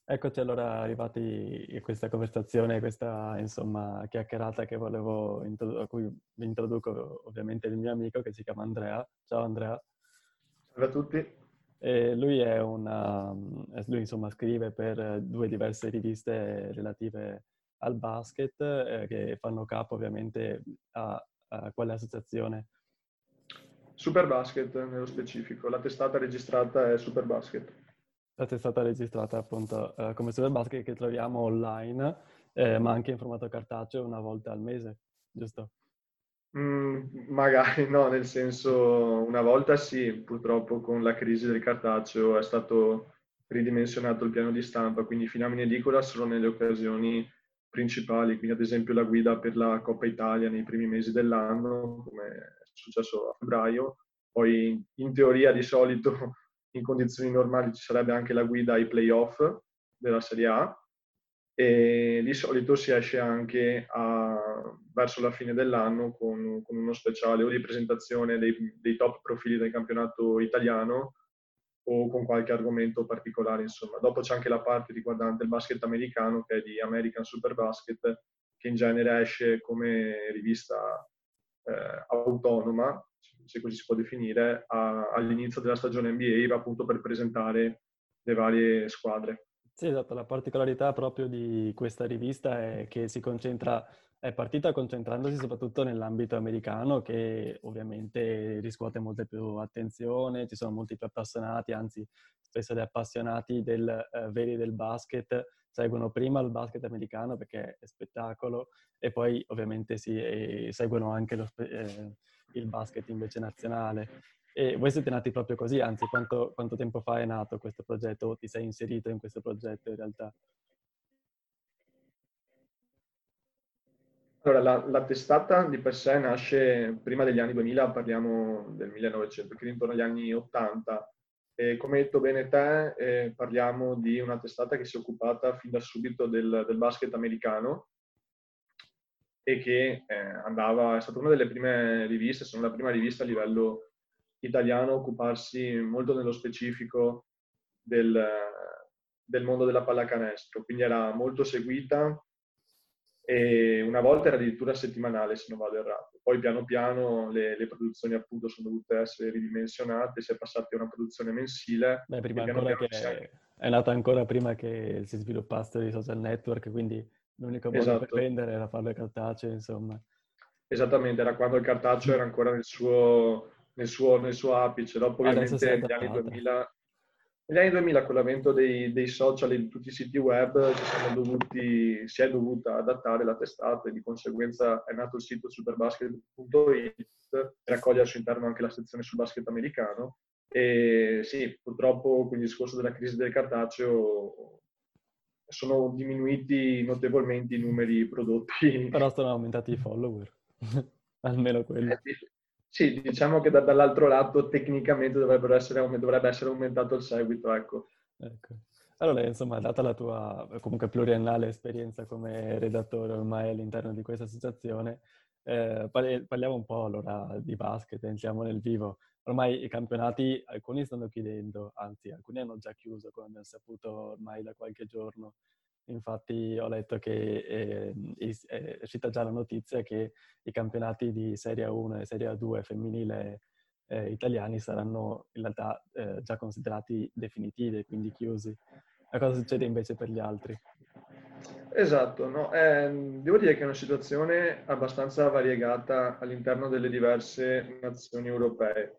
Eccoci allora arrivati a questa conversazione, questa insomma chiacchierata che volevo a cui vi introduco ovviamente il mio amico che si chiama Andrea. Ciao Andrea. Salve a tutti. E lui insomma scrive per due diverse riviste relative al basket che fanno capo ovviamente a quale associazione? Superbasket nello specifico, la testata registrata è Superbasket. La testata registrata appunto come Superbasket che troviamo online, ma anche in formato cartaceo una volta al mese, giusto? Magari no, nel senso una volta sì, purtroppo con la crisi del cartaceo è stato ridimensionato il piano di stampa, quindi finiamo in edicola solo nelle occasioni principali, quindi ad esempio la guida per la Coppa Italia nei primi mesi dell'anno, come è successo a febbraio, poi in teoria di solito in condizioni normali ci sarebbe anche la guida ai playoff della Serie A, e di solito si esce anche verso la fine dell'anno con uno speciale o di presentazione dei top profili del campionato italiano o con qualche argomento particolare, insomma. Dopo c'è anche la parte riguardante il basket americano, che è di American Super Basket, che in genere esce come rivista autonoma, se così si può definire, all'inizio della stagione NBA, appunto per presentare le varie squadre. Sì, esatto, la particolarità proprio di questa rivista è che è partita concentrandosi soprattutto nell'ambito americano, che ovviamente riscuote molte più attenzione, ci sono molti più appassionati, anzi spesso gli appassionati veri del basket seguono prima il basket americano perché è spettacolo e poi ovviamente seguono anche il basket invece nazionale. E voi siete nati proprio così, anzi, quanto tempo fa è nato questo progetto o ti sei inserito in questo progetto in realtà? Allora, la testata di per sé nasce prima degli anni 2000, parliamo del 1900, quindi intorno agli anni 80. E come hai detto bene te, parliamo di una testata che si è occupata fin da subito del basket americano e che è stata una delle prime riviste, se non la prima rivista a livello italiano a occuparsi molto nello specifico del, del mondo della pallacanestro, quindi era molto seguita e una volta era addirittura settimanale, se non vado errato. Poi piano piano le produzioni appunto sono dovute essere ridimensionate, si è passati a una produzione mensile Beh, prima e piano ancora piano che ci si è anche... è nata ancora prima che si sviluppassero i social network, quindi l'unico modo per Esatto, vendere era farlo cartaceo, insomma. esattamente, era quando il cartaceo era ancora nel suo apice. Dopo Adesso si è ovviamente adattata. negli anni 2000 con l'avvento dei social e di tutti i siti web si è dovuta adattare la testata e di conseguenza è nato il sito superbasket.it e raccoglie al suo interno anche la sezione sul basket americano. E sì, purtroppo con il discorso della crisi del cartaceo sono diminuiti notevolmente i numeri prodotti. Però sono aumentati i follower, almeno quello. Sì, diciamo che dall'altro lato tecnicamente dovrebbe essere aumentato il seguito, ecco. Ecco. Allora, insomma, data la tua comunque pluriennale esperienza come redattore ormai all'interno di questa associazione, parliamo un po' allora di basket, entriamo nel vivo. Ormai i campionati, alcuni stanno chiudendo, anzi, alcuni hanno già chiuso, come abbiamo saputo ormai da qualche giorno. Infatti ho letto che è uscita già la notizia che i campionati di Serie A1 e Serie A2 femminile italiani saranno in realtà già considerati definitivi, quindi chiusi. Ma cosa succede invece per gli altri? Esatto, no, devo dire che è una situazione abbastanza variegata all'interno delle diverse nazioni europee.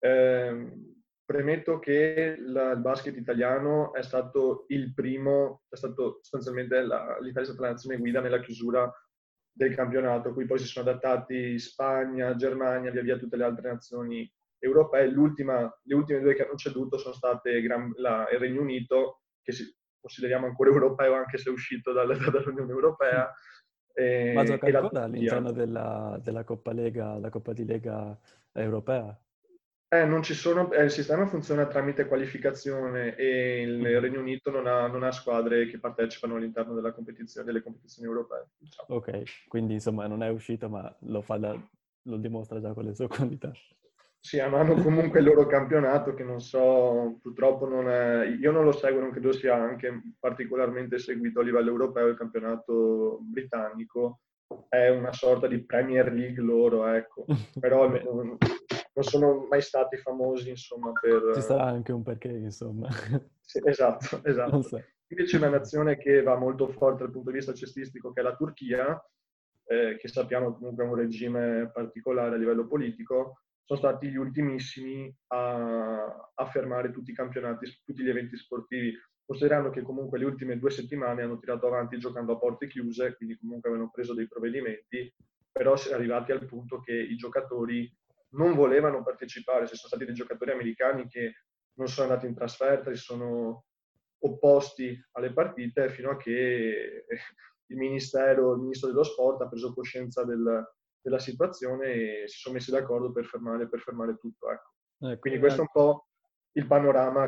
Premetto che il basket italiano è stato il primo, è stato sostanzialmente l'Italia è stata la nazione guida nella chiusura del campionato, cui poi si sono adattati Spagna, Germania, via via tutte le altre nazioni europee. Le ultime due che hanno ceduto sono state il Regno Unito, che consideriamo ancora europeo anche se è uscito dall'Unione Europea, Ma gioca e la ancora Turchia. all'interno della Coppa Lega, la Coppa di Lega europea? Non ci sono, il sistema funziona tramite qualificazione e il Mhm. Regno Unito non ha squadre che partecipano all'interno delle competizioni europee, diciamo. Ok, quindi insomma non è uscito, ma lo dimostra già con le sue qualità. sì, hanno comunque il loro campionato che non so, purtroppo non è, io non lo seguo, non credo sia anche particolarmente seguito a livello europeo, il campionato britannico è una sorta di Premier League loro, ecco, però Beh, non sono mai stati famosi, insomma, ci sarà per... anche un perché, insomma. Sì, esatto, Non esatto. so. Invece una nazione che va molto forte dal punto di vista cestistico, che è la Turchia, che sappiamo comunque è un regime particolare a livello politico, sono stati gli ultimissimi a fermare tutti i campionati, tutti gli eventi sportivi, considerando che comunque le ultime 2 settimane hanno tirato avanti giocando a porte chiuse, quindi comunque avevano preso dei provvedimenti, però si è arrivati al punto che i giocatori non volevano partecipare, ci sono stati dei giocatori americani che non sono andati in trasferta, si sono opposti alle partite fino a che il ministro dello sport ha preso coscienza della situazione e si sono messi d'accordo per fermare tutto. Ecco. Ecco, Quindi questo è un po' il panorama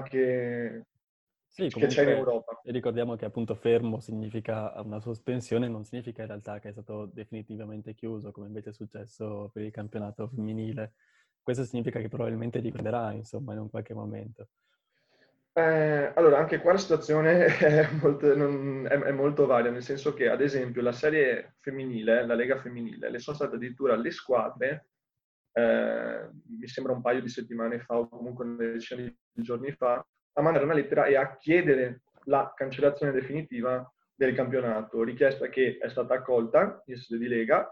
sì, che c'è in comunque Europa. ricordiamo che appunto fermo significa una sospensione, non significa in realtà che è stato definitivamente chiuso, come invece è successo per il campionato femminile. Questo significa che probabilmente riprenderà, insomma, in un qualche momento. Allora, anche qua la situazione è molto varia, nel senso che, ad esempio, la serie femminile, la Lega femminile, le sono state addirittura le squadre, mi sembra un paio di settimane fa o comunque una decina di giorni fa, a mandare una lettera e a chiedere la cancellazione definitiva del campionato, richiesta che è stata accolta in sede di Lega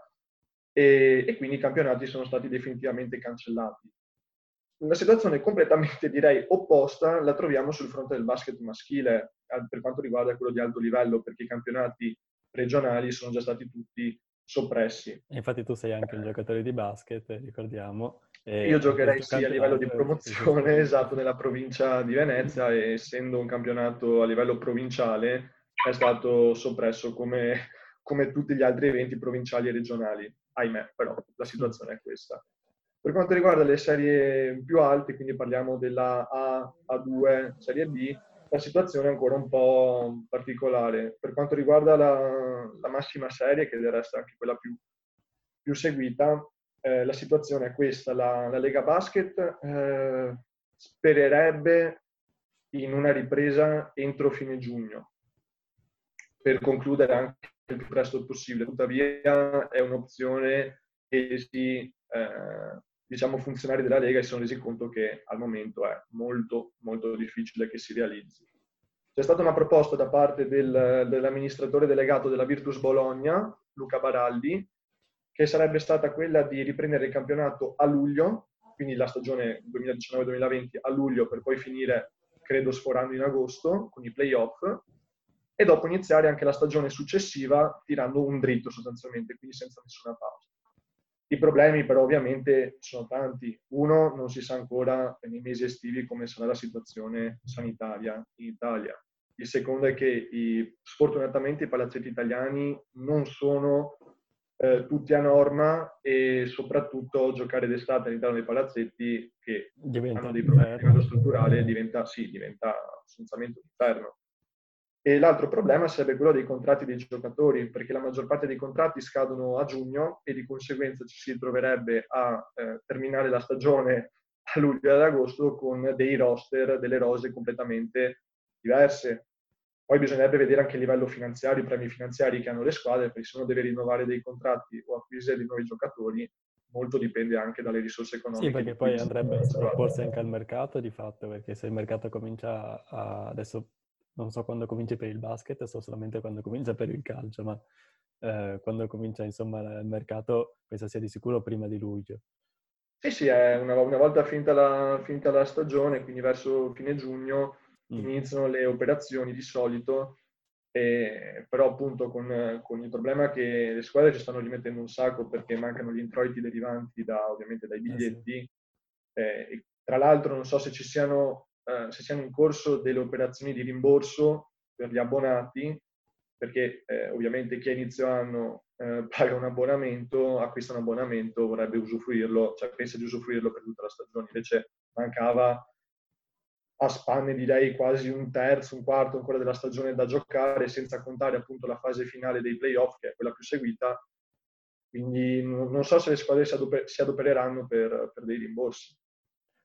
e quindi i campionati sono stati definitivamente cancellati. Una situazione completamente, direi, opposta la troviamo sul fronte del basket maschile per quanto riguarda quello di alto livello, perché i campionati regionali sono già stati tutti soppressi. E infatti tu sei anche un giocatore di basket, ricordiamo, Io e anche il giocherei tuo sì a livello di campionato si è promozione, sospeso. esatto, nella provincia di Venezia e essendo un campionato a livello provinciale è stato soppresso come tutti gli altri eventi provinciali e regionali. Ahimè, però la situazione è questa. Per quanto riguarda le serie più alte, quindi parliamo della A, A2, Serie B, la situazione è ancora un po' particolare. Per quanto riguarda la massima serie, che del resto è anche quella più seguita, la situazione è questa. La Lega Basket spererebbe in una ripresa entro fine giugno, per concludere anche il più presto possibile. Tuttavia è un'opzione che diciamo, funzionari della Lega si sono resi conto che al momento è molto, molto difficile che si realizzi. C'è stata una proposta da parte dell'amministratore delegato della Virtus Bologna, Luca Baraldi, che sarebbe stata quella di riprendere il campionato a luglio, quindi la stagione 2019-2020 a luglio, per poi finire, credo, sforando in agosto con i playoff, e dopo iniziare anche la stagione successiva tirando un dritto sostanzialmente, quindi senza nessuna pausa. I problemi però ovviamente sono tanti. Uno, non si sa ancora nei mesi estivi come sarà la situazione sanitaria in Italia. Il secondo è che sfortunatamente i palazzetti italiani non sono tutti a norma e soprattutto giocare d'estate all'interno dei palazzetti che Diventa hanno un dei problemi a livello inferno. strutturale diventa sostanzialmente un inferno. E l'altro problema sarebbe quello dei contratti dei giocatori, perché la maggior parte dei contratti scadono a giugno e di conseguenza ci si troverebbe a terminare la stagione a luglio e ad agosto con dei roster, delle rose completamente diverse. Poi bisognerebbe vedere anche a livello finanziario, i premi finanziari che hanno le squadre, perché se uno deve rinnovare dei contratti o acquisire dei nuovi giocatori, molto dipende anche dalle risorse Sì, economiche perché di cui poi dispone andrebbe a la squadra. sovrapporsi anche al mercato di fatto, perché se il mercato comincia adesso non so quando cominci per il basket, so solamente quando comincia per il calcio, ma quando comincia insomma il mercato penso sia di sicuro prima di luglio. Sì, sì, è una volta finita la stagione, quindi verso fine giugno, Mm. iniziano le operazioni di solito, però appunto con il problema che le squadre ci stanno rimettendo un sacco perché mancano gli introiti derivanti ovviamente dai Sì. biglietti. E tra l'altro non so se siano in corso delle operazioni di rimborso per gli abbonati, perché ovviamente chi a inizio anno paga un abbonamento, acquista un abbonamento, vorrebbe usufruirlo, cioè pensa di usufruirlo per tutta la stagione. Invece mancava a spanne direi quasi un terzo, un quarto ancora della stagione da giocare, senza contare appunto la fase finale dei playoff, che è quella più seguita. Quindi non so se le squadre si adopereranno per dei rimborsi.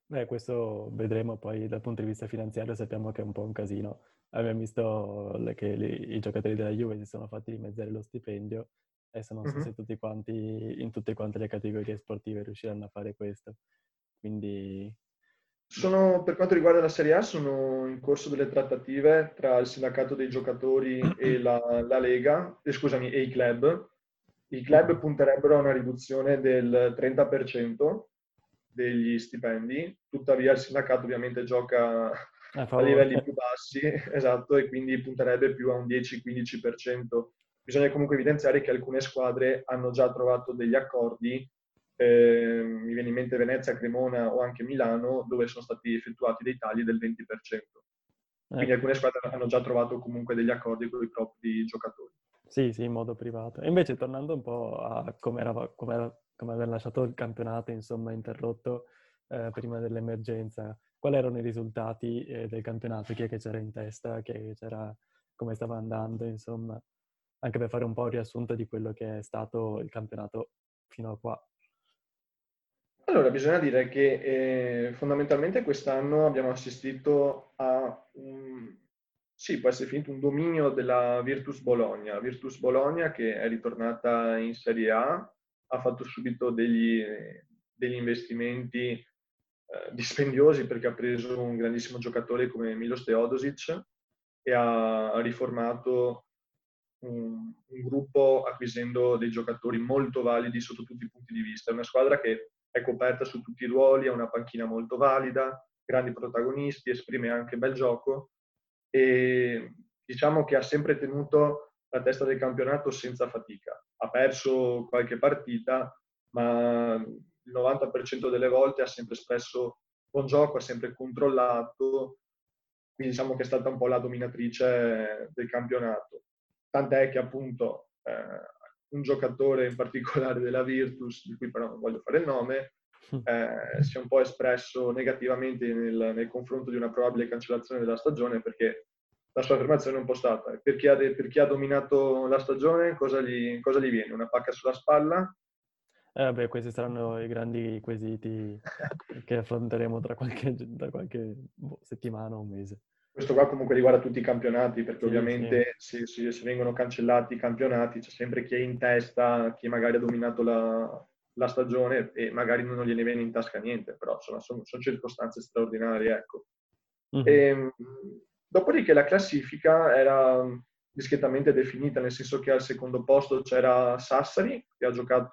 Questo vedremo poi dal punto di vista finanziario, sappiamo che è un po' un casino. Abbiamo visto che i giocatori della Juve si sono fatti dimezzare lo stipendio, adesso non so se Mhm. tutti quanti, in tutte quante le categorie sportive riusciranno a fare questo. Quindi, Per quanto riguarda la Serie A, sono in corso delle trattative tra il sindacato dei giocatori e la Lega, scusami, e i club. I club Mhm. punterebbero a una riduzione del 30% degli stipendi, tuttavia il sindacato ovviamente gioca A a favore. livelli più bassi, esatto, e quindi punterebbe più a un 10-15%. Bisogna comunque evidenziare che alcune squadre hanno già trovato degli accordi, mi viene in mente Venezia, Cremona o anche Milano, dove sono stati effettuati dei tagli del 20%. Quindi Ecco. alcune squadre hanno già trovato comunque degli accordi con i propri giocatori. Sì, sì, in modo privato. E invece tornando un po' a come aver lasciato il campionato, insomma, interrotto prima dell'emergenza, quali erano i risultati del campionato? Chi è che c'era in testa? Chi è che c'era, come stava andando, insomma, anche per fare un po' il riassunto di quello che è stato il campionato fino a qua. Allora, bisogna dire che fondamentalmente quest'anno abbiamo assistito sì, può essere finito un dominio della Virtus Bologna. Virtus Bologna che è ritornata in Serie A, ha fatto subito degli investimenti dispendiosi perché ha preso un grandissimo giocatore come Milos Teodosic e ha riformato un gruppo acquisendo dei giocatori molto validi sotto tutti i punti di vista. È una squadra che è coperta su tutti i ruoli, ha una panchina molto valida, grandi protagonisti, esprime anche bel gioco e diciamo che ha sempre tenuto la testa del campionato senza fatica. Ha perso qualche partita, ma il 90% delle volte ha sempre espresso buon gioco, ha sempre controllato, quindi diciamo che è stata un po' la dominatrice del campionato. Tant'è che appunto un giocatore in particolare della Virtus, di cui però non voglio fare il nome, si è un po' espresso negativamente nel confronto di una probabile cancellazione della stagione perché la sua affermazione è un po' stata per chi ha dominato la stagione cosa gli viene? Una pacca sulla spalla? Vabbè, questi saranno i grandi quesiti che affronteremo tra qualche settimana o un mese. Questo qua comunque riguarda tutti i campionati, perché Sì, sì. ovviamente se vengono cancellati i campionati c'è sempre chi è in testa, chi magari ha dominato la stagione e magari non gliene viene in tasca niente, però insomma sono circostanze straordinarie, ecco. Mhm. E, dopodiché la classifica era discretamente definita, nel senso che al secondo posto c'era Sassari, che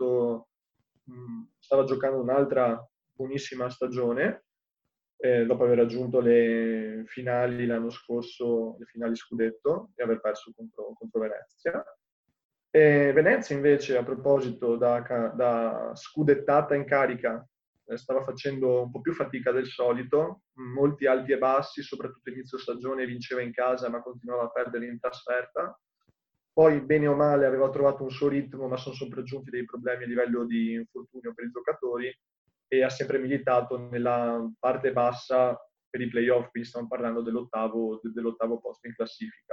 stava giocando un'altra buonissima stagione, dopo aver raggiunto le finali l'anno scorso, le finali scudetto, e aver perso contro Venezia. E Venezia invece, a proposito, da scudettata in carica, stava facendo un po' più fatica del solito, molti alti e bassi, soprattutto inizio stagione vinceva in casa ma continuava a perdere in trasferta. Poi, bene o male, aveva trovato un suo ritmo, ma sono sopraggiunti dei problemi a livello di infortunio per i giocatori e ha sempre militato nella parte bassa per i playoff, quindi stiamo parlando dell'ottavo posto in classifica.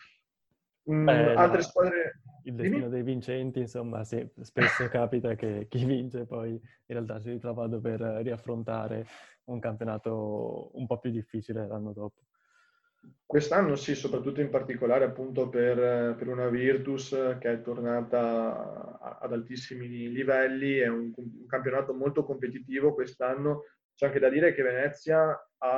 Beh, Altre squadre, il destino dimmi? dei vincenti, insomma, sì, spesso capita che chi vince poi in realtà si ritrova a dover riaffrontare un campionato un po' più difficile l'anno dopo. Quest'anno sì, soprattutto in particolare appunto per una Virtus che è tornata ad altissimi livelli, è un campionato molto competitivo quest'anno. C'è anche da dire che Venezia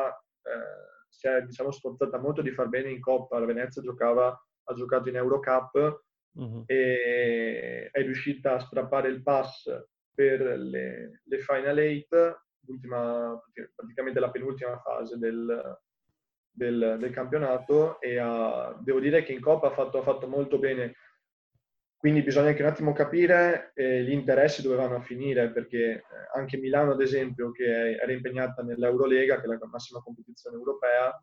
si è diciamo, sforzata molto di far bene in Coppa. La Venezia ha giocato in Eurocup Mhm. e è riuscita a strappare il pass per le Final Eight, praticamente la penultima fase del campionato e devo dire che in Coppa ha fatto molto bene. Quindi bisogna anche un attimo capire gli interessi dove vanno a finire, perché anche Milano, ad esempio, che era impegnata nell'Eurolega, che è la massima competizione europea,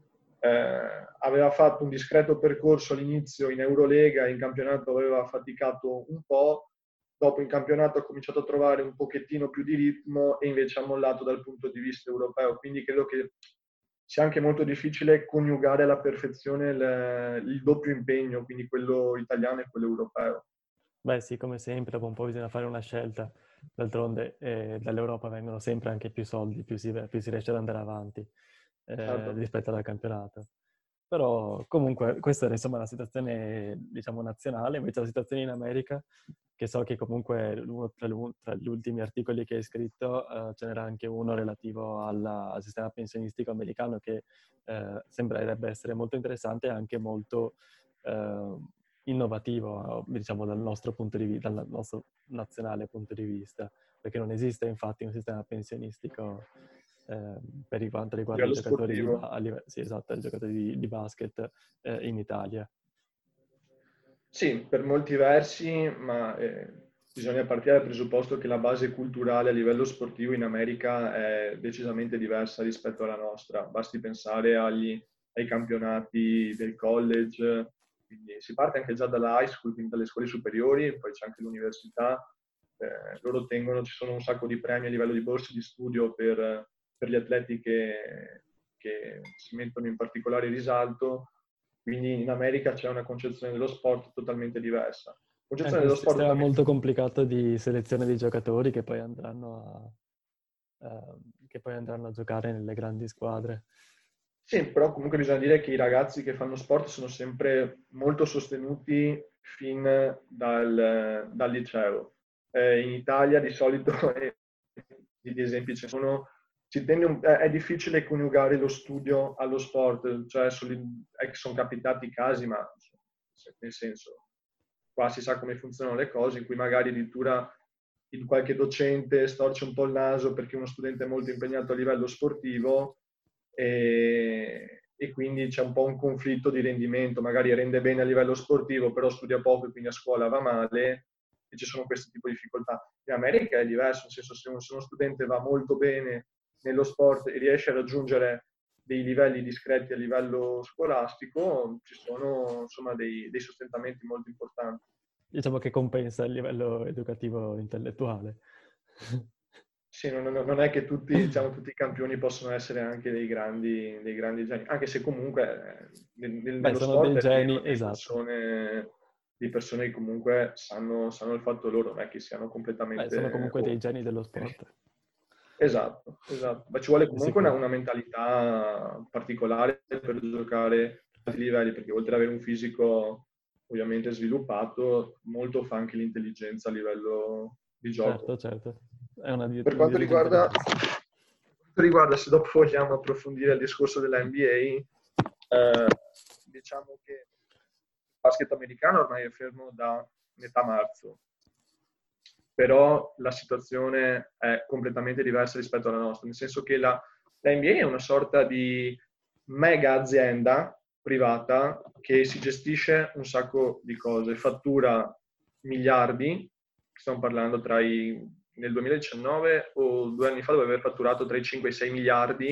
aveva fatto un discreto percorso all'inizio in Eurolega, in campionato aveva faticato un po', dopo in campionato ha cominciato a trovare un pochettino più di ritmo e invece ha mollato dal punto di vista europeo. Quindi credo che sia anche molto difficile coniugare alla perfezione il doppio impegno, quindi quello italiano e quello europeo. Beh, sì, come sempre, dopo un po' bisogna fare una scelta. D'altronde dall'Europa vengono sempre anche più soldi, più si riesce ad andare avanti Certo. rispetto al campionato. Però comunque questa era insomma la situazione, diciamo, nazionale. Invece la situazione in America, che so che comunque tra gli ultimi articoli che hai scritto ce n'era anche uno relativo al sistema pensionistico americano che sembrerebbe essere molto interessante e anche molto eh, innovativo, diciamo, dal nostro punto di vista, dal nostro nazionale punto di vista, perché non esiste infatti un sistema pensionistico per quanto A riguarda i livello giocatori sportivo. sì, esatto, i giocatori di basket in Italia. Sì, per molti versi, ma bisogna partire dal presupposto che la base culturale a livello sportivo in America è decisamente diversa rispetto alla nostra. Basti pensare ai campionati del college, quindi si parte anche già dalla high school, quindi dalle scuole superiori, poi c'è anche l'università. Loro tengono, ci sono un sacco di premi a livello di borse di studio per gli atleti che si mettono in particolare risalto. Quindi in America c'è una concezione dello sport totalmente diversa. C'è Concezione anche un dello sport sistema totalmente. molto complicato di selezione dei giocatori che poi andranno a giocare nelle grandi squadre. Sì, però comunque bisogna dire che i ragazzi che fanno sport sono sempre molto sostenuti fin dal liceo. In Italia di solito, di esempi ce ne sono, è difficile coniugare lo studio allo sport, cioè sono capitati casi, ma nel senso, qua si sa come funzionano le cose, in cui magari addirittura qualche docente storce un po' il naso perché uno studente è molto impegnato a livello sportivo e quindi c'è un po' un conflitto di rendimento, magari rende bene a livello sportivo, però studia poco e quindi a scuola va male e ci sono questi tipi di difficoltà. In America è diverso, nel senso se uno studente va molto bene nello sport e riesce a raggiungere dei livelli discreti a livello scolastico, ci sono insomma dei sostentamenti molto importanti. Diciamo che compensa il livello educativo intellettuale. Sì, non è che tutti, diciamo, tutti i campioni possono essere anche dei grandi geni, anche se comunque Beh, nello sono sport dei è pieno geni, esatto. di persone che comunque sanno il fatto loro, non è che siano Beh, sono completamente. comunque dei geni dello sport, Esatto, esatto. Ma ci vuole di comunque sicuro. una mentalità particolare per giocare a alti livelli, perché oltre ad avere un fisico ovviamente sviluppato, molto fa anche l'intelligenza a livello di gioco. Certo, certo. È una Per quanto dirigenza riguarda, diversa. se dopo vogliamo approfondire il discorso della NBA, diciamo che il basket americano ormai è fermo da metà marzo, però la situazione è completamente diversa rispetto alla nostra, nel senso che la NBA è una sorta di mega azienda privata che si gestisce un sacco di cose, fattura miliardi, stiamo parlando nel 2019 o 2 anni fa dove aver fatturato tra i 5 e i 6 miliardi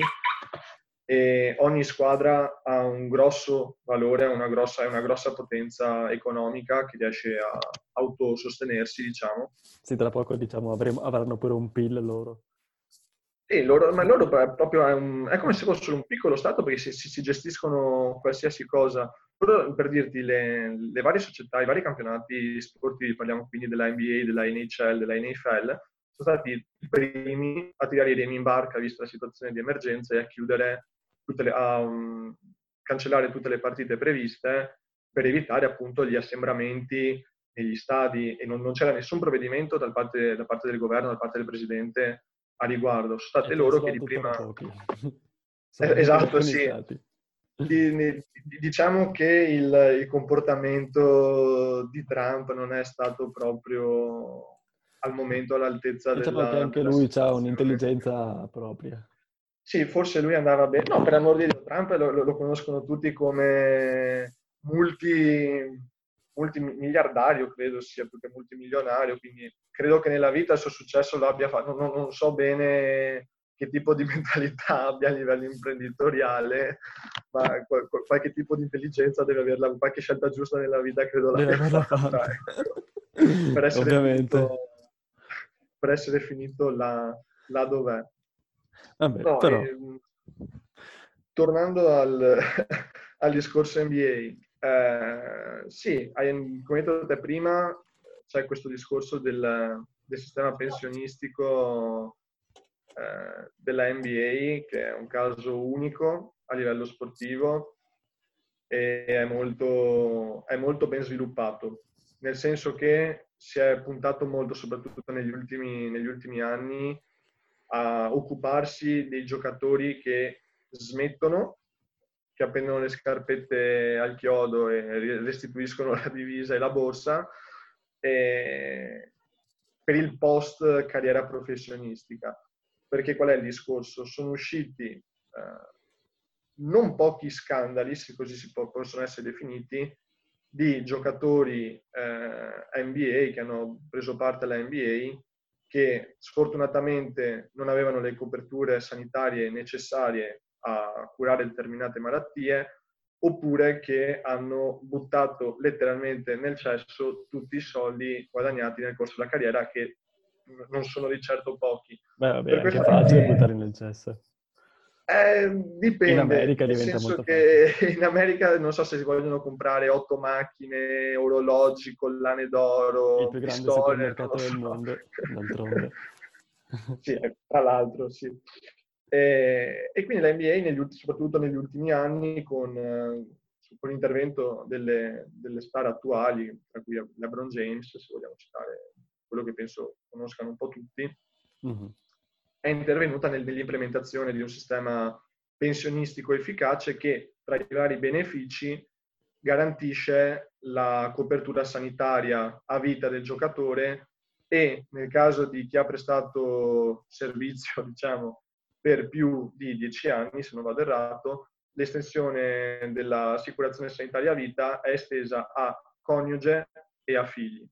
e ogni squadra ha un grosso valore, è una grossa potenza economica che riesce a autosostenersi, diciamo. Sì, tra poco, diciamo, avranno pure un PIL loro. E ma loro proprio è come se fossero un piccolo stato perché si gestiscono qualsiasi cosa. Loro, per dirti, le varie società, i vari campionati sportivi, parliamo quindi della NBA, della NHL, della NFL, sono stati i primi a tirare i remi in barca, vista la situazione di emergenza, e a chiudere cancellare tutte le partite previste per evitare appunto gli assembramenti negli stadi e non c'era nessun provvedimento da parte del governo, da parte del presidente a riguardo. Sono state Ce ne loro che sono di tuttora prima. pochi, soprattutto in Esatto, alcuni sì. stati. Diciamo che il comportamento di Trump non è stato proprio al momento all'altezza Diciamo che anche della lui ha situazione. un'intelligenza propria. Sì, forse lui andava bene. No, per amor di Dio, Trump lo conoscono tutti come multimiliardario, credo sia più che multimilionario, quindi credo che nella vita il suo successo lo abbia fatto. Non so bene che tipo di mentalità abbia a livello imprenditoriale, ma qualche tipo di intelligenza deve averla, qualche scelta giusta nella vita credo Deve l'abbia averla fatta, fatta. ecco, per essere Ovviamente. finito là dov'è. Vabbè, No, però, tornando al discorso NBA, sì, come hai detto te prima, c'è questo discorso del sistema pensionistico della NBA, che è un caso unico a livello sportivo e è molto ben sviluppato, nel senso che si è puntato molto, soprattutto negli ultimi anni, a occuparsi dei giocatori che smettono, che appendono le scarpette al chiodo e restituiscono la divisa e la borsa, per il post carriera professionistica. Perché qual è il discorso? Sono usciti non pochi scandali, se così possono essere definiti, di giocatori NBA che hanno preso parte alla NBA, che sfortunatamente non avevano le coperture sanitarie necessarie a curare determinate malattie, oppure che hanno buttato letteralmente nel cesso tutti i soldi guadagnati nel corso della carriera, che non sono di certo pochi. Beh, vabbè, Per è anche questo facile buttarli nel cesso. In dipende, America nel diventa senso molto facile. che in America non so se si vogliono comprare 8 macchine, orologi, collane Il d'oro, più grande pistole, non lo supermercato del so. mondo, d'altronde. Sì, tra l'altro, sì. E quindi la NBA, soprattutto negli ultimi anni, con l'intervento delle star attuali, tra cui LeBron James, se vogliamo citare quello che penso conoscano un po' tutti, Mhm. è intervenuta nell'implementazione di un sistema pensionistico efficace che, tra i vari benefici, garantisce la copertura sanitaria a vita del giocatore e, nel caso di chi ha prestato servizio, diciamo, per più di 10 anni, se non vado errato, l'estensione dell'assicurazione sanitaria a vita è estesa a coniuge e a figli.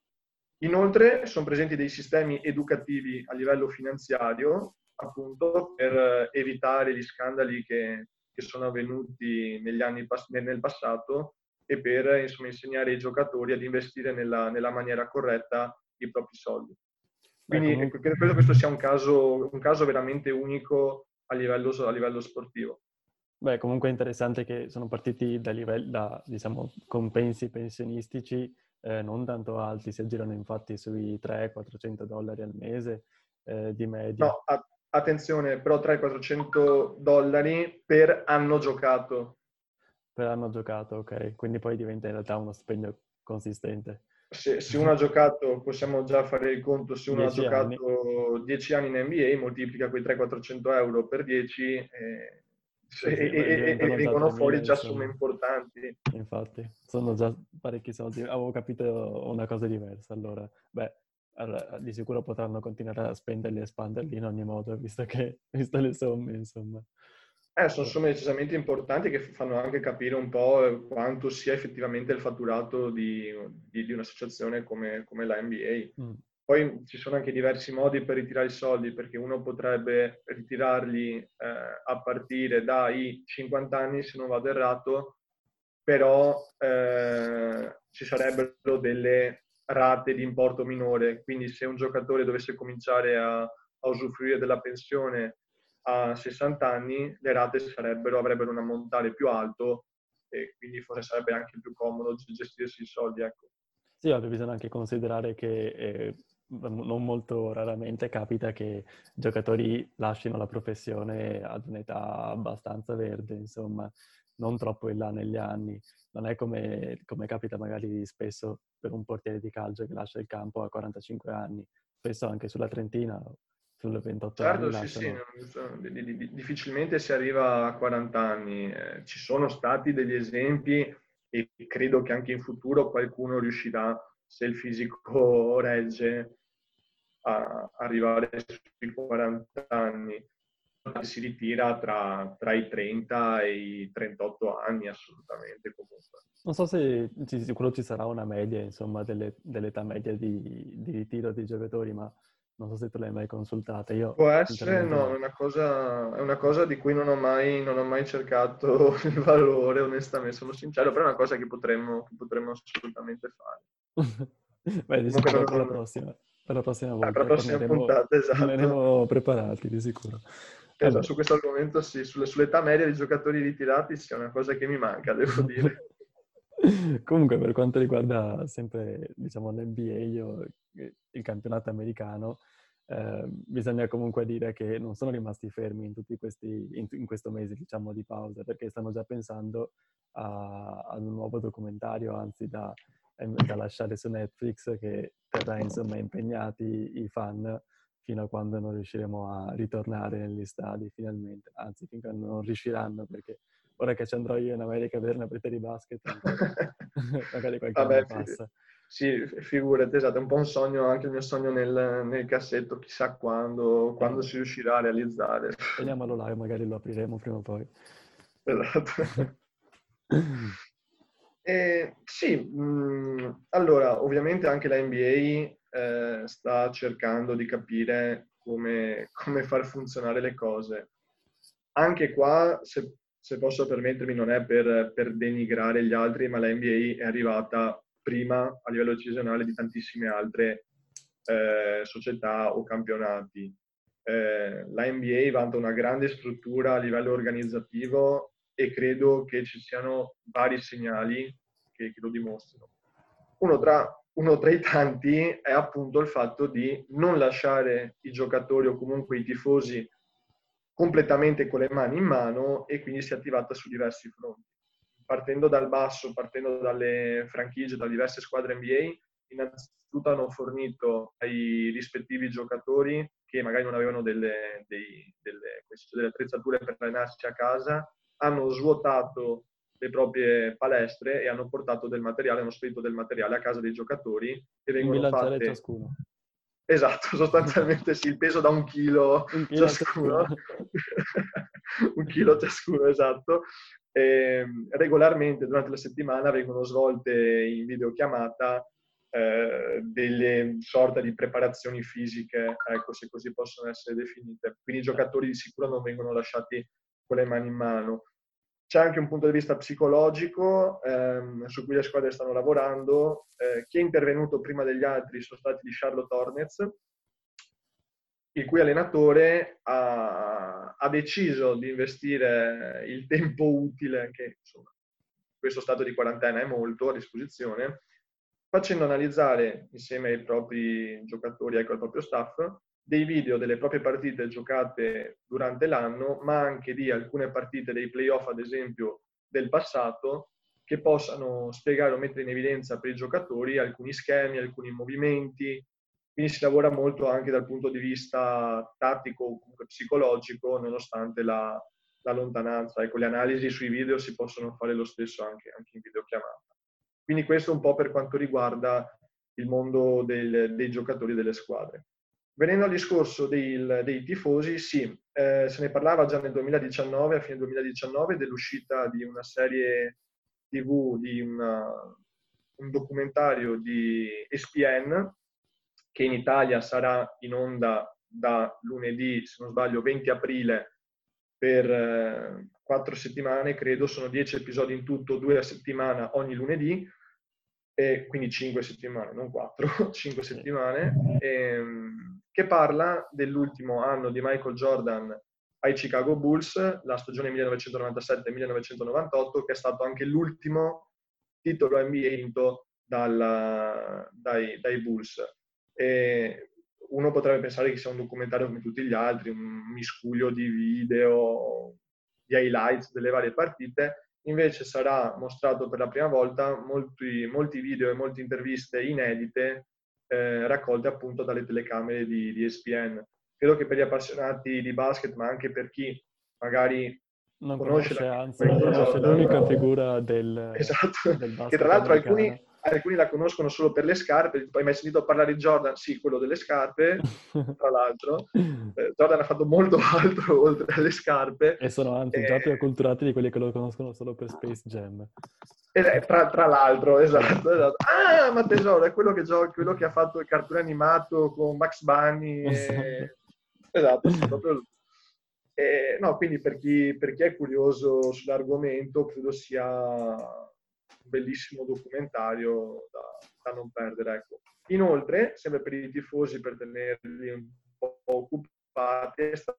Inoltre sono presenti dei sistemi educativi a livello finanziario, appunto, per evitare gli scandali che sono avvenuti nel passato e per, insomma, insegnare ai giocatori ad investire nella maniera corretta i propri soldi. Beh, Quindi comunque, credo che questo sia un caso veramente unico a livello sportivo. beh, comunque è interessante che sono partiti da diciamo, compensi pensionistici non tanto alti, si aggirano infatti sui 300-400 dollari al mese di media No, attenzione, però 300-400 dollari per anno giocato. per anno giocato, ok? Quindi poi diventa in realtà uno stipendio consistente. Se uno ha giocato, possiamo già fare il conto, se uno ha 10 anni giocato 10 anni in NBA, moltiplica quei 300-400 euro per 10 sì, sì, beh, e diventano già vengono 3.000, fuori già somme insomma. importanti. Infatti, sono già parecchi soldi. Avevo capito una cosa diversa, allora. Beh, allora, di sicuro potranno continuare a spenderli e espanderli in ogni modo, visto le somme, insomma. Sono somme decisamente importanti che fanno anche capire un po' quanto sia effettivamente il fatturato di un'associazione come la NBA. Mm. Poi ci sono anche diversi modi per ritirare i soldi, perché uno potrebbe ritirarli a partire dai 50 anni, se non vado errato, però ci sarebbero delle rate di importo minore. Quindi se un giocatore dovesse cominciare a usufruire della pensione a 60 anni, le rate avrebbero un ammontare più alto e quindi forse sarebbe anche più comodo gestirsi i soldi, ecco. Sì, ovvio, bisogna anche considerare che non molto raramente capita che giocatori lasciano la professione ad un'età abbastanza verde, insomma, non troppo in là negli anni. Non è come capita magari spesso per un portiere di calcio che lascia il campo a 45 anni. Spesso anche sulla trentina, sulle 28 anni Certo, sì, sì, lasciano. difficilmente si arriva a 40 anni. Ci sono stati degli esempi e credo che anche in futuro qualcuno riuscirà, se il fisico regge, a arrivare sui 40 anni. Si ritira tra i 30 e i 38 anni, assolutamente, comunque. Non so se sicuro ci sarà una media, insomma, dell'età media di ritiro dei giocatori, ma non so se tu l'hai mai consultata. Io, Può essere, sinceramente, no, no. è una cosa di cui non ho mai cercato il valore, onestamente, sono sincero, però è una cosa che potremmo assolutamente fare. Beh, di Comunque sicuro non, per la non, prossima, per la prossima per la volta prossima puntata, esatto. torneremo preparati, di sicuro. Esatto, Vabbè. su questo argomento sì, sull'età media dei giocatori ritirati sì, è una cosa che mi manca, devo dire. Comunque, per quanto riguarda sempre, diciamo, l'NBA, il campionato americano, bisogna comunque dire che non sono rimasti fermi in tutti in questo mese, diciamo, di pausa, perché stanno già pensando ad un nuovo documentario, anzi da lasciare su Netflix, che terrà insomma impegnati i fan fino a quando non riusciremo a ritornare negli stadi finalmente, anzi finché non riusciranno, perché ora che ci andrò io in America a vedere una partita di basket ancora, magari qualche Vabbè, anno passa. sì, figurati, esatto, è un po' un sogno, anche il mio sogno nel cassetto, chissà quando si riuscirà a realizzare. Teniamolo là e magari lo apriremo prima o poi. Esatto. Sì, allora, ovviamente anche la NBA sta cercando di capire come far funzionare le cose. Anche qua, se posso permettermi, non è per denigrare gli altri, ma la NBA è arrivata prima a livello decisionale di tantissime altre società o campionati. La NBA vanta una grande struttura a livello organizzativo e credo che ci siano vari segnali che lo dimostrano. Uno tra i tanti è appunto il fatto di non lasciare i giocatori o comunque i tifosi completamente con le mani in mano, e quindi si è attivata su diversi fronti. Partendo dal basso, partendo dalle franchigie, da diverse squadre NBA, innanzitutto hanno fornito ai rispettivi giocatori che magari non avevano delle attrezzature per allenarsi a casa, hanno svuotato le proprie palestre e hanno portato del materiale, hanno spedito del materiale a casa dei giocatori, e Un vengono bilanciere fatte. ciascuno. Esatto, sostanzialmente sì, il peso da 1 chilo Un chilo ciascuno, ciascuno. 1 chilo ciascuno, esatto. Regolarmente durante la settimana vengono svolte in videochiamata delle sorta di preparazioni fisiche, ecco, se così possono essere definite. Quindi i giocatori di sicuro non vengono lasciati con le mani in mano. C'è anche un punto di vista psicologico su cui le squadre stanno lavorando. Chi è intervenuto prima degli altri sono stati gli Charlotte Hornets, il cui allenatore ha deciso di investire il tempo utile, che insomma in questo stato di quarantena è molto a disposizione, facendo analizzare insieme ai propri giocatori, ecco, al proprio staff, dei video delle proprie partite giocate durante l'anno, ma anche di alcune partite dei playoff, ad esempio, del passato, che possano spiegare o mettere in evidenza per i giocatori alcuni schemi, alcuni movimenti. Quindi si lavora molto anche dal punto di vista tattico o comunque psicologico, nonostante la lontananza. Ecco, le analisi sui video si possono fare lo stesso anche in videochiamata. Quindi questo un po' per quanto riguarda il mondo dei giocatori delle squadre. Venendo al discorso dei tifosi, sì, se ne parlava già nel 2019, a fine 2019, dell'uscita di una serie TV, di un documentario di ESPN, che in Italia sarà in onda da lunedì, se non sbaglio, 20 aprile per 4 settimane, credo, sono 10 episodi in tutto, 2 a settimana ogni lunedì, e quindi 5 settimane, non 4, 5 Sì. settimane, che parla dell'ultimo anno di Michael Jordan ai Chicago Bulls, la stagione 1997-1998, che è stato anche l'ultimo titolo NBA vinto dai Bulls. E uno potrebbe pensare che sia un documentario come tutti gli altri, un miscuglio di video, di highlights delle varie partite. Invece sarà mostrato per la prima volta molti video e molte interviste inedite raccolte appunto dalle telecamere di ESPN. Credo che per gli appassionati di basket, ma anche per chi magari Non conosce la conosce, figura di anzi, Michael conosce Jordan, l'unica figura esatto, del che tra basket l'altro alcuni americano. la conoscono solo per le scarpe. Poi mai sentito parlare di Jordan? Sì, quello delle scarpe, tra l'altro. Jordan ha fatto molto altro oltre alle scarpe. E sono anzi già più acculturati di quelli che lo conoscono solo per Space Jam. Tra l'altro, esatto, Esatto. esatto. Ah, ma tesoro, è quello che quello che ha fatto il cartone animato con Max Bunny. Esatto. Esatto, sì, proprio lui. No, quindi per chi è curioso sull'argomento, credo sia un bellissimo documentario da non perdere. Ecco. Inoltre, sempre per i tifosi, per tenerli un po' occupati, è stato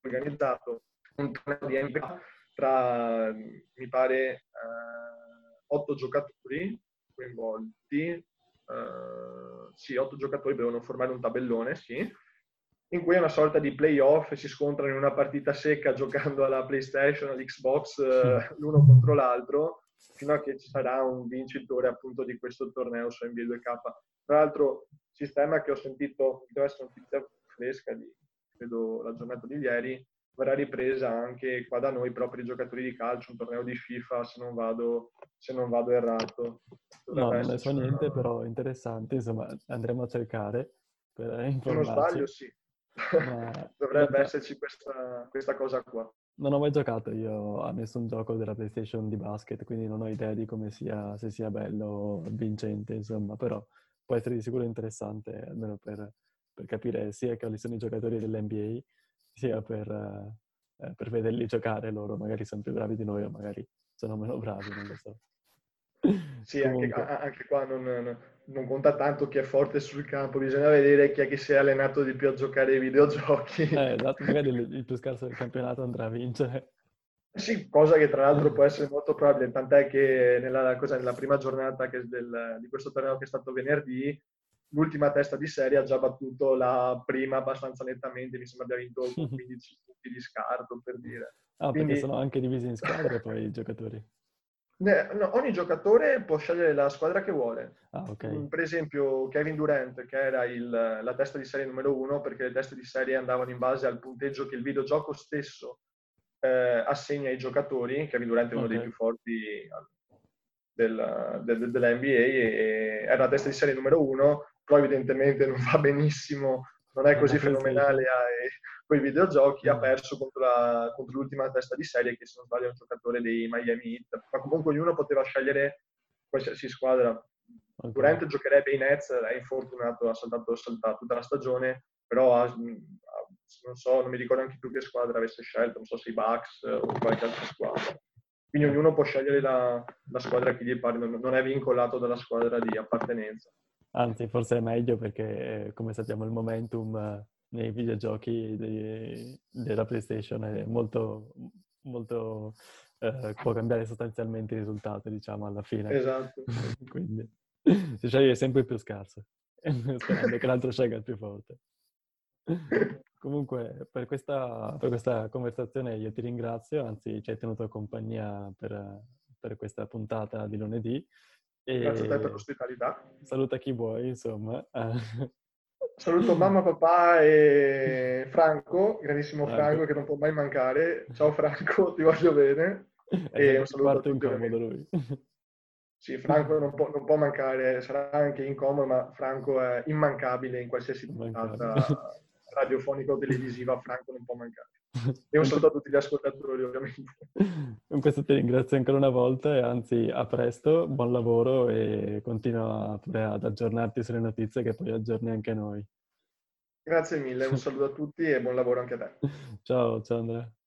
organizzato un torneo di NBA tra, mi pare, 8 giocatori coinvolti, sì, 8 giocatori devono formare un tabellone, sì, in cui è una sorta di playoff e si scontrano in una partita secca giocando alla PlayStation, all'Xbox, l'uno contro l'altro, fino a che ci sarà un vincitore appunto di questo torneo su NBA 2K. Tra l'altro, sistema che ho sentito, deve essere notizia fresca di, credo, la giornata di ieri, verrà ripresa anche qua da noi proprio i giocatori di calcio, un torneo di FIFA, se non vado errato. No, Dovrebbe non ne so esserci niente, però interessante, insomma, andremo a cercare per se non sbaglio, informarci. sì. Ma in Dovrebbe realtà esserci questa cosa qua. non ho mai giocato io a nessun gioco della PlayStation di basket, quindi non ho idea di come sia, se sia bello o vincente, insomma, però può essere di sicuro interessante, almeno per capire sia quali sono i giocatori dell'NBA, sia per vederli giocare loro, magari sono più bravi di noi o magari sono meno bravi, non lo so. Sì, Comunque, anche qua non conta tanto chi è forte sul campo, bisogna vedere chi è che si è allenato di più a giocare ai videogiochi. esatto, magari il più scarso del campionato andrà a vincere. Sì, cosa che tra l'altro può essere molto probabile, tant'è che nella prima giornata di questo torneo che è stato venerdì, l'ultima testa di serie ha già battuto la prima abbastanza nettamente, mi sembra abbia vinto con 15 punti di scarto, per dire. Ah, perché Quindi sono anche divisi in squadre poi i giocatori. no, ogni giocatore può scegliere la squadra che vuole. Ah, ok. Per esempio Kevin Durant, che era la testa di serie numero 1, perché le teste di serie andavano in base al punteggio che il videogioco stesso assegna ai giocatori. Kevin Durant è uno Ok. dei più forti della NBA e era la testa di serie numero 1, però evidentemente non va benissimo, non è Alla così fenomenale PlayStation. con i videogiochi, ha Mm. perso contro l'ultima testa di serie che se non sbaglio è un giocatore dei Miami Heat, ma comunque ognuno poteva scegliere qualsiasi squadra. Ok. Durant giocherebbe ai Nets, è infortunato, ha saltato tutta la stagione, però non so, non mi ricordo anche più che squadra avesse scelto, non so se i Bucks o qualche altra squadra. Quindi Ok. ognuno può scegliere la squadra che gli pare, non è vincolato dalla squadra di appartenenza. Anzi, forse è meglio perché, come sappiamo, il momentum nei videogiochi della PlayStation è molto, molto può cambiare sostanzialmente il risultato, diciamo, alla fine. Esatto. Quindi si sceglie sempre il più scarso, sperando che l'altro scelga il più forte. Comunque, per questa conversazione io ti ringrazio, anzi ci hai tenuto compagnia per questa puntata di lunedì Grazie a te per e l'ospitalità. saluta chi vuoi, insomma. Saluto mamma, papà e Franco, grandissimo Franco Franco. che non può mai mancare. Ciao Franco, ti voglio bene. È E un sempre il saluto a quarto tutti incomodo ovviamente. lui. Sì, Franco non può mancare, sarà anche incomodo, ma Franco è immancabile in qualsiasi Immancabile. puntata radiofonica o televisiva, Franco non può mancare. E un Con saluto a que- tutti gli ascoltatori, ovviamente. con questo ti ringrazio ancora una volta e anzi a presto, buon lavoro e continua pure ad aggiornarti sulle notizie che poi aggiorni anche noi. Grazie mille, un saluto a tutti e buon lavoro anche a te. Ciao, ciao Andrea.